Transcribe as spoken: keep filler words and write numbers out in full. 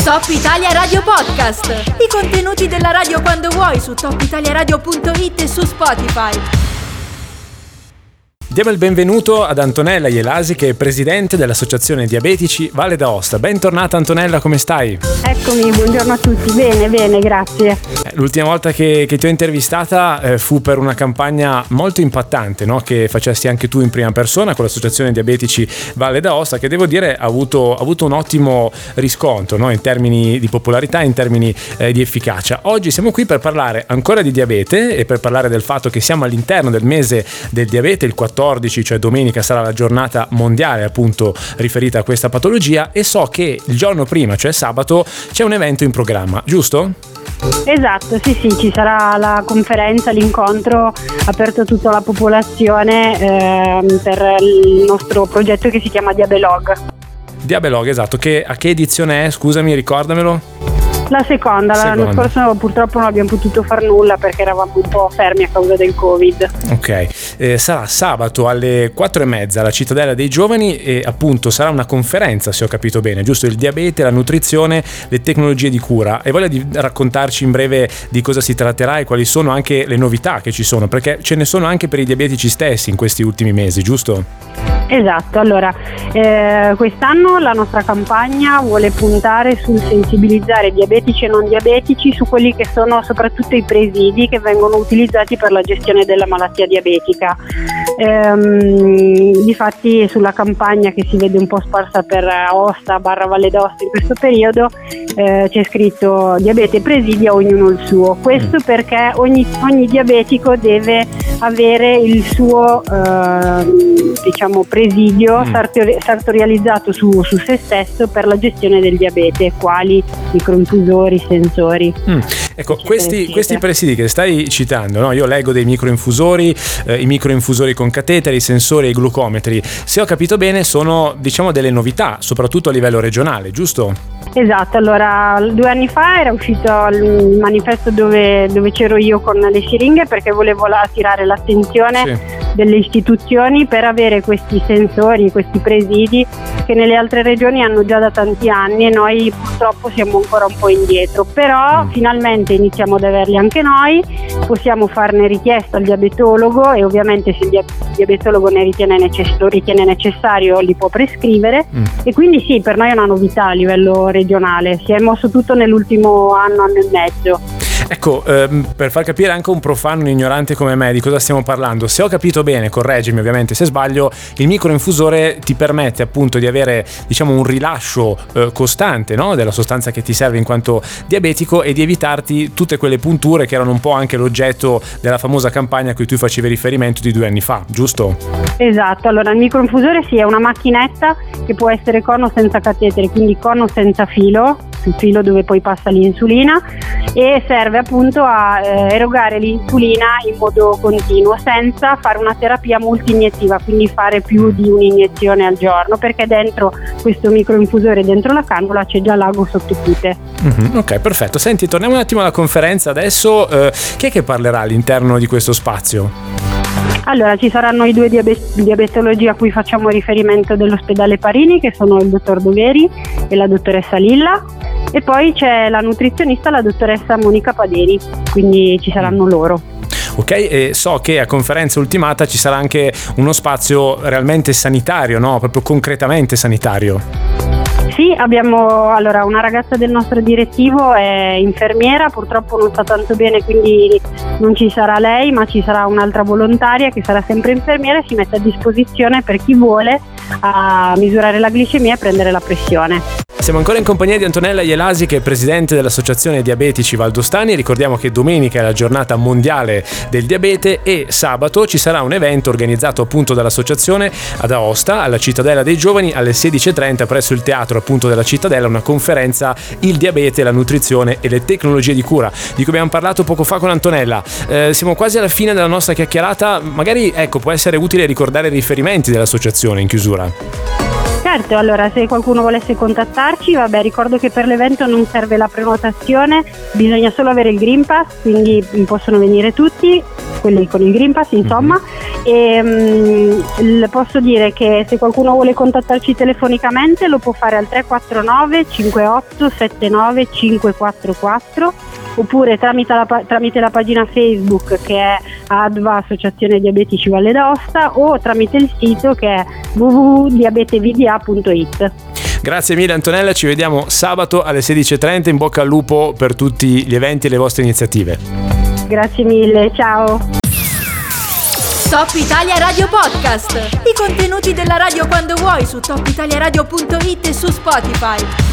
Top Italia Radio Podcast. I contenuti della radio quando vuoi su top italia radio punto it e su Spotify. Diamo il benvenuto ad Antonella Ielasi, che è presidente dell'Associazione Diabetici Valle d'Aosta. Bentornata Antonella, come stai? Eccomi, buongiorno a tutti. Bene, bene, grazie. L'ultima volta che, che ti ho intervistata eh, fu per una campagna molto impattante, no? Che facesti anche tu in prima persona con l'Associazione Diabetici Valle d'Aosta, che devo dire ha avuto, ha avuto un ottimo riscontro, no? In termini di popolarità, in termini eh, di efficacia. Oggi siamo qui per parlare ancora di diabete e per parlare del fatto che siamo all'interno del mese del diabete, il quattordici, cioè domenica sarà la giornata mondiale appunto riferita a questa patologia, e so che il giorno prima, cioè sabato, c'è un evento in programma, giusto? Esatto, sì sì, ci sarà la conferenza, l'incontro aperto a tutta la popolazione eh, per il nostro progetto che si chiama Diabelog. Diabelog, esatto, che, a che edizione è? Scusami, ricordamelo. La seconda, seconda. L'anno scorso purtroppo non abbiamo potuto far nulla perché eravamo un po' fermi a causa del Covid. Ok, eh, sarà sabato alle quattro e mezza alla Cittadella dei Giovani, e appunto sarà una conferenza, se ho capito bene, giusto? Il diabete, la nutrizione, le tecnologie di cura. E voglia di raccontarci in breve di cosa si tratterà e quali sono anche le novità che ci sono, perché ce ne sono anche per i diabetici stessi in questi ultimi mesi, giusto? Esatto, allora eh, quest'anno la nostra campagna vuole puntare sul sensibilizzare diabetici e non diabetici su quelli che sono soprattutto i presidi che vengono utilizzati per la gestione della malattia diabetica. Ehm, difatti sulla campagna, che si vede un po' sparsa per Aosta barra Valle d'Aosta in questo periodo, eh, c'è scritto diabete presidi, a ognuno il suo. Questo perché ogni, ogni diabetico deve avere il suo eh, diciamo presidio mm. sartori- sartorializzato su, su se stesso per la gestione del diabete, quali microinfusori, sensori. Mm. Ecco, questi, questi presidi che stai citando, no? Io leggo dei microinfusori, eh, i microinfusori con cateteri, i sensori e i glucometri. Se ho capito bene, sono diciamo delle novità, soprattutto a livello regionale, giusto? Esatto, allora due anni fa era uscito il manifesto dove, dove c'ero io con le siringhe, perché volevo attirare l'attenzione sì. delle istituzioni per avere questi sensori, questi presidi che nelle altre regioni hanno già da tanti anni, e noi purtroppo siamo ancora un po' indietro, però mm. finalmente iniziamo ad averli anche noi, possiamo farne richiesta al diabetologo, e ovviamente se il diabetologo ne ritiene necess- lo ritiene necessario li può prescrivere mm. e quindi sì, per noi è una novità a livello regionale, si è mosso tutto nell'ultimo anno, anno e mezzo. Ecco, ehm, per far capire anche un profano, un ignorante come me di cosa stiamo parlando, se ho capito bene, correggimi ovviamente se sbaglio, il microinfusore ti permette appunto di avere diciamo un rilascio eh, costante, no? della sostanza che ti serve in quanto diabetico, e di evitarti tutte quelle punture che erano un po' anche l'oggetto della famosa campagna a cui tu facevi riferimento di due anni fa, giusto? Esatto, allora il microinfusore sì, è una macchinetta che può essere con o senza catetere, quindi con o senza filo, il filo dove poi passa l'insulina, e serve appunto a eh, erogare l'insulina in modo continuo senza fare una terapia multi-iniettiva, quindi fare più di un'iniezione al giorno, perché dentro questo microinfusore, dentro la cannula, c'è già l'ago sottocute. Mm-hmm, ok, perfetto. Senti, torniamo un attimo alla conferenza adesso. Eh, chi è che parlerà all'interno di questo spazio? Allora, ci saranno i due diabe- diabetologi a cui facciamo riferimento dell'ospedale Parini, che sono il dottor Doveri e la dottoressa Lilla, e poi c'è la nutrizionista, la dottoressa Monica Paderi, quindi ci saranno loro. Ok, e so che a conferenza ultimata ci sarà anche uno spazio realmente sanitario, no? Proprio concretamente sanitario. Sì, abbiamo allora una ragazza del nostro direttivo è infermiera, purtroppo non sta tanto bene, quindi non ci sarà lei, ma ci sarà un'altra volontaria che sarà sempre infermiera e si mette a disposizione per chi vuole a misurare la glicemia e prendere la pressione. Siamo ancora in compagnia di Antonella Ielasi, che è presidente dell'Associazione Diabetici Valdostani. Ricordiamo che domenica è la giornata mondiale del diabete, e sabato ci sarà un evento organizzato appunto dall'associazione ad Aosta, alla Cittadella dei Giovani, alle sedici e trenta presso il teatro appunto della Cittadella, una conferenza, il diabete, la nutrizione e le tecnologie di cura, di cui abbiamo parlato poco fa con Antonella. Eh, siamo quasi alla fine della nostra chiacchierata, magari ecco può essere utile ricordare i riferimenti dell'associazione in chiusura. Certo, allora se qualcuno volesse contattarci, vabbè, ricordo che per l'evento non serve la prenotazione, bisogna solo avere il Green Pass, quindi possono venire tutti, quelli con il Green Pass insomma. Mm-hmm. E um, posso dire che se qualcuno vuole contattarci telefonicamente lo può fare al tre quattro nove cinque otto sette nove cinque quattro quattro oppure tramite la, tramite la pagina Facebook che è A D V A Associazione Diabetici Valle d'Aosta o tramite il sito che è w w w punto diabete v d a punto i t. Grazie mille Antonella, ci vediamo sabato alle sedici e trenta, in bocca al lupo per tutti gli eventi e le vostre iniziative. Grazie mille, ciao. Top Italia Radio Podcast. I contenuti della radio quando vuoi su top italia radio punto i t e su Spotify.